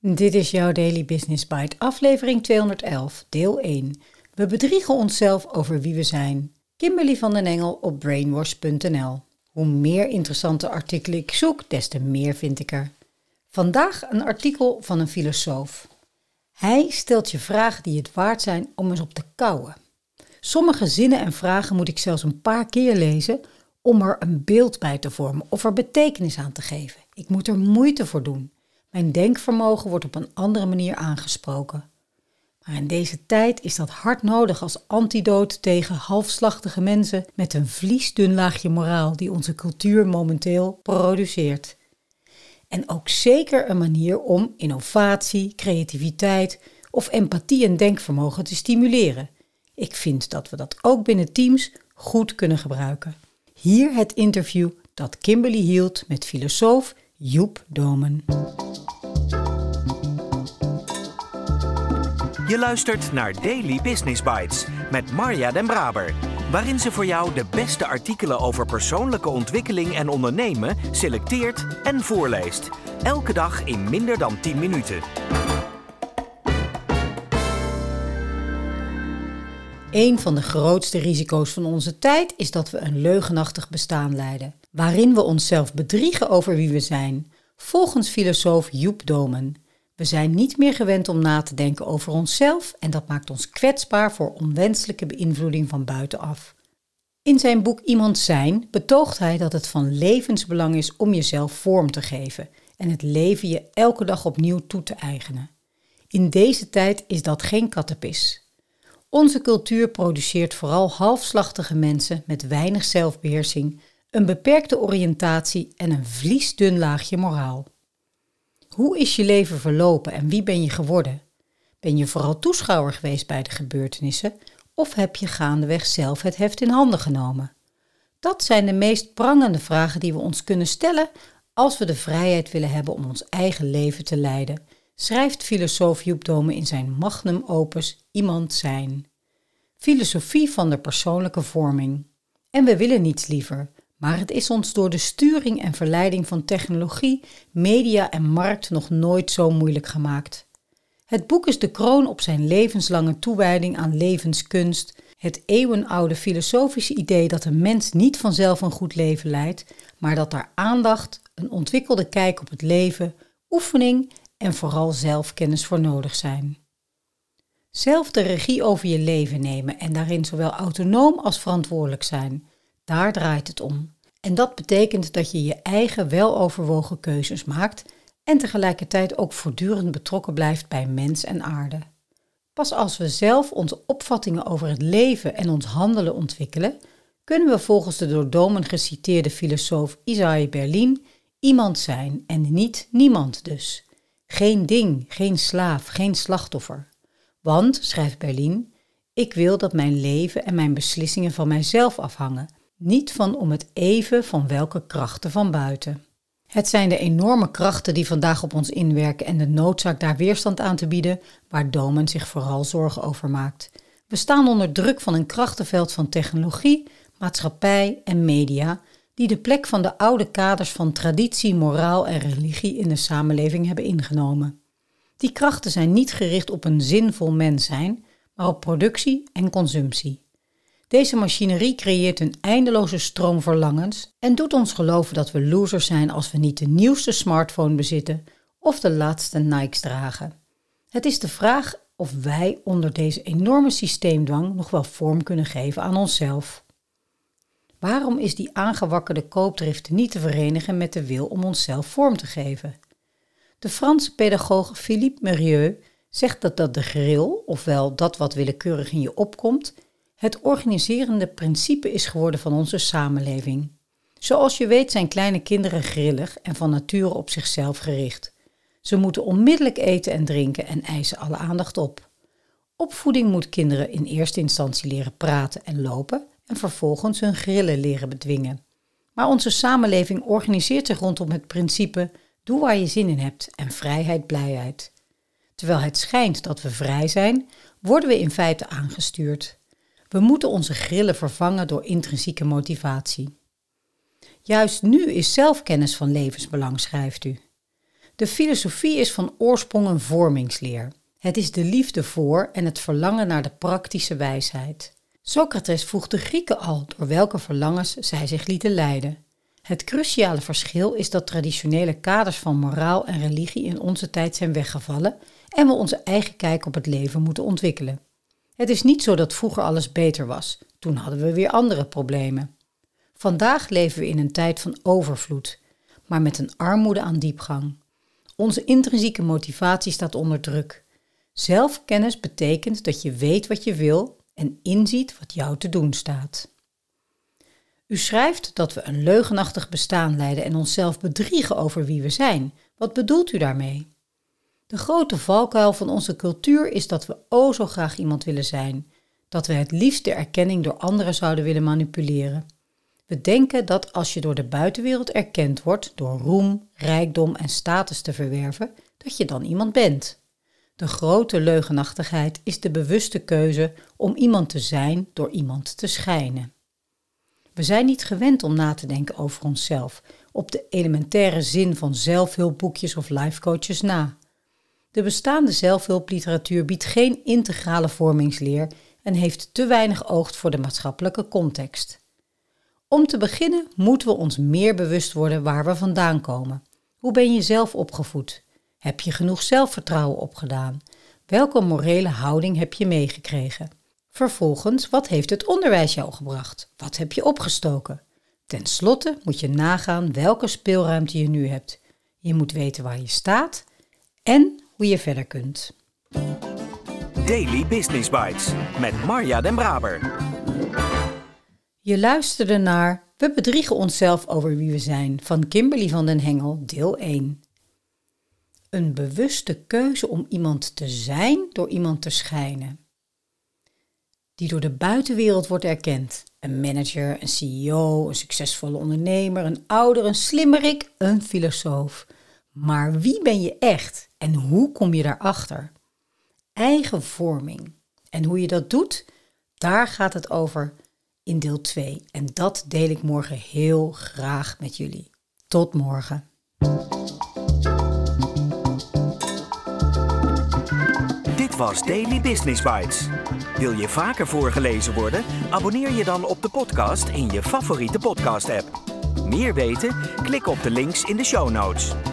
Dit is jouw Daily Business Bite, aflevering 211, deel 1. We bedriegen onszelf over wie we zijn. Kimberly van den Engel op brainwash.nl. Hoe meer interessante artikelen ik zoek, des te meer vind ik er. Vandaag een artikel van een filosoof. Hij stelt je vragen die het waard zijn om eens op te kauwen. Sommige zinnen en vragen moet ik zelfs een paar keer lezen om er een beeld bij te vormen of er betekenis aan te geven. Ik moet er moeite voor doen. Mijn denkvermogen wordt op een andere manier aangesproken. Maar in deze tijd is dat hard nodig als antidoot tegen halfslachtige mensen met een vliesdun laagje moraal die onze cultuur momenteel produceert. En ook zeker een manier om innovatie, creativiteit of empathie en denkvermogen te stimuleren. Ik vind dat we dat ook binnen teams goed kunnen gebruiken. Hier het interview dat Kimberly hield met filosoof Joep Domen. Je luistert naar Daily Business Bites met Marja Den Braber, waarin ze voor jou de beste artikelen over persoonlijke ontwikkeling en ondernemen selecteert en voorleest. Elke dag in minder dan 10 minuten. Een van de grootste risico's van onze tijd is dat we een leugenachtig bestaan leiden, waarin we onszelf bedriegen over wie we zijn, volgens filosoof Joep Domen. We zijn niet meer gewend om na te denken over onszelf en dat maakt ons kwetsbaar voor onwenselijke beïnvloeding van buitenaf. In zijn boek Iemand Zijn betoogt hij dat het van levensbelang is om jezelf vorm te geven en het leven je elke dag opnieuw toe te eigenen. In deze tijd is dat geen kattenpis. Onze cultuur produceert vooral halfslachtige mensen met weinig zelfbeheersing, een beperkte oriëntatie en een vliesdun laagje moraal. Hoe is je leven verlopen en wie ben je geworden? Ben je vooral toeschouwer geweest bij de gebeurtenissen of heb je gaandeweg zelf het heft in handen genomen? Dat zijn de meest prangende vragen die we ons kunnen stellen als we de vrijheid willen hebben om ons eigen leven te leiden, schrijft filosoof Joep Domen in zijn magnum opus Iemand Zijn. Filosofie van de persoonlijke vorming. En we willen niets liever, maar het is ons door de sturing en verleiding van technologie, media en markt nog nooit zo moeilijk gemaakt. Het boek is de kroon op zijn levenslange toewijding aan levenskunst, het eeuwenoude filosofische idee dat een mens niet vanzelf een goed leven leidt, maar dat daar aandacht, een ontwikkelde kijk op het leven, oefening en vooral zelfkennis voor nodig zijn. Zelf de regie over je leven nemen en daarin zowel autonoom als verantwoordelijk zijn. Daar draait het om. En dat betekent dat je je eigen weloverwogen keuzes maakt en tegelijkertijd ook voortdurend betrokken blijft bij mens en aarde. Pas als we zelf onze opvattingen over het leven en ons handelen ontwikkelen, kunnen we volgens de door Domen geciteerde filosoof Isaiah Berlin iemand zijn en niet niemand dus. Geen ding, geen slaaf, geen slachtoffer. Want, schrijft Berlin, ik wil dat mijn leven en mijn beslissingen van mijzelf afhangen, niet van om het even van welke krachten van buiten. Het zijn de enorme krachten die vandaag op ons inwerken en de noodzaak daar weerstand aan te bieden, waar Domen zich vooral zorgen over maakt. We staan onder druk van een krachtenveld van technologie, maatschappij en media, die de plek van de oude kaders van traditie, moraal en religie in de samenleving hebben ingenomen. Die krachten zijn niet gericht op een zinvol mens zijn, maar op productie en consumptie. Deze machinerie creëert een eindeloze stroom verlangens en doet ons geloven dat we losers zijn als we niet de nieuwste smartphone bezitten of de laatste Nikes dragen. Het is de vraag of wij onder deze enorme systeemdwang nog wel vorm kunnen geven aan onszelf. Waarom is die aangewakkerde koopdrift niet te verenigen met de wil om onszelf vorm te geven? De Franse pedagoog Philippe Mérieux zegt dat de grill, ofwel dat wat willekeurig in je opkomt, het organiserende principe is geworden van onze samenleving. Zoals je weet zijn kleine kinderen grillig en van nature op zichzelf gericht. Ze moeten onmiddellijk eten en drinken en eisen alle aandacht op. Opvoeding moet kinderen in eerste instantie leren praten en lopen en vervolgens hun grillen leren bedwingen. Maar onze samenleving organiseert zich rondom het principe doe waar je zin in hebt en vrijheid, blijheid. Terwijl het schijnt dat we vrij zijn, worden we in feite aangestuurd. We moeten onze grillen vervangen door intrinsieke motivatie. Juist nu is zelfkennis van levensbelang, schrijft u. De filosofie is van oorsprong een vormingsleer. Het is de liefde voor en het verlangen naar de praktische wijsheid. Socrates vroeg de Grieken al door welke verlangens zij zich lieten leiden. Het cruciale verschil is dat traditionele kaders van moraal en religie in onze tijd zijn weggevallen en we onze eigen kijk op het leven moeten ontwikkelen. Het is niet zo dat vroeger alles beter was, toen hadden we weer andere problemen. Vandaag leven we in een tijd van overvloed, maar met een armoede aan diepgang. Onze intrinsieke motivatie staat onder druk. Zelfkennis betekent dat je weet wat je wil en inziet wat jou te doen staat. U schrijft dat we een leugenachtig bestaan leiden en onszelf bedriegen over wie we zijn. Wat bedoelt u daarmee? De grote valkuil van onze cultuur is dat we zo graag iemand willen zijn, dat we het liefst de erkenning door anderen zouden willen manipuleren. We denken dat als je door de buitenwereld erkend wordt door roem, rijkdom en status te verwerven, dat je dan iemand bent. De grote leugenachtigheid is de bewuste keuze om iemand te zijn door iemand te schijnen. We zijn niet gewend om na te denken over onszelf, op de elementaire zin van zelfhulpboekjes of lifecoaches na. De bestaande zelfhulpliteratuur biedt geen integrale vormingsleer en heeft te weinig oog voor de maatschappelijke context. Om te beginnen moeten we ons meer bewust worden waar we vandaan komen. Hoe ben je zelf opgevoed? Heb je genoeg zelfvertrouwen opgedaan? Welke morele houding heb je meegekregen? Vervolgens, wat heeft het onderwijs jou gebracht? Wat heb je opgestoken? Ten slotte moet je nagaan welke speelruimte je nu hebt. Je moet weten waar je staat en hoe je verder kunt. Daily Business Bites met Marja den Braber. Je luisterde naar We bedriegen onszelf over wie we zijn van Kimberly van den Hengel, deel 1. Een bewuste keuze om iemand te zijn door iemand te schijnen. Die door de buitenwereld wordt erkend. Een manager, een CEO, een succesvolle ondernemer, een ouder, een slimmerik, een filosoof. Maar wie ben je echt en hoe kom je daarachter? Eigen vorming. En hoe je dat doet, daar gaat het over in deel 2. En dat deel ik morgen heel graag met jullie. Tot morgen. Dit was Daily Business Bites. Wil je vaker voorgelezen worden? Abonneer je dan op de podcast in je favoriete podcast-app. Meer weten? Klik op de links in de show notes.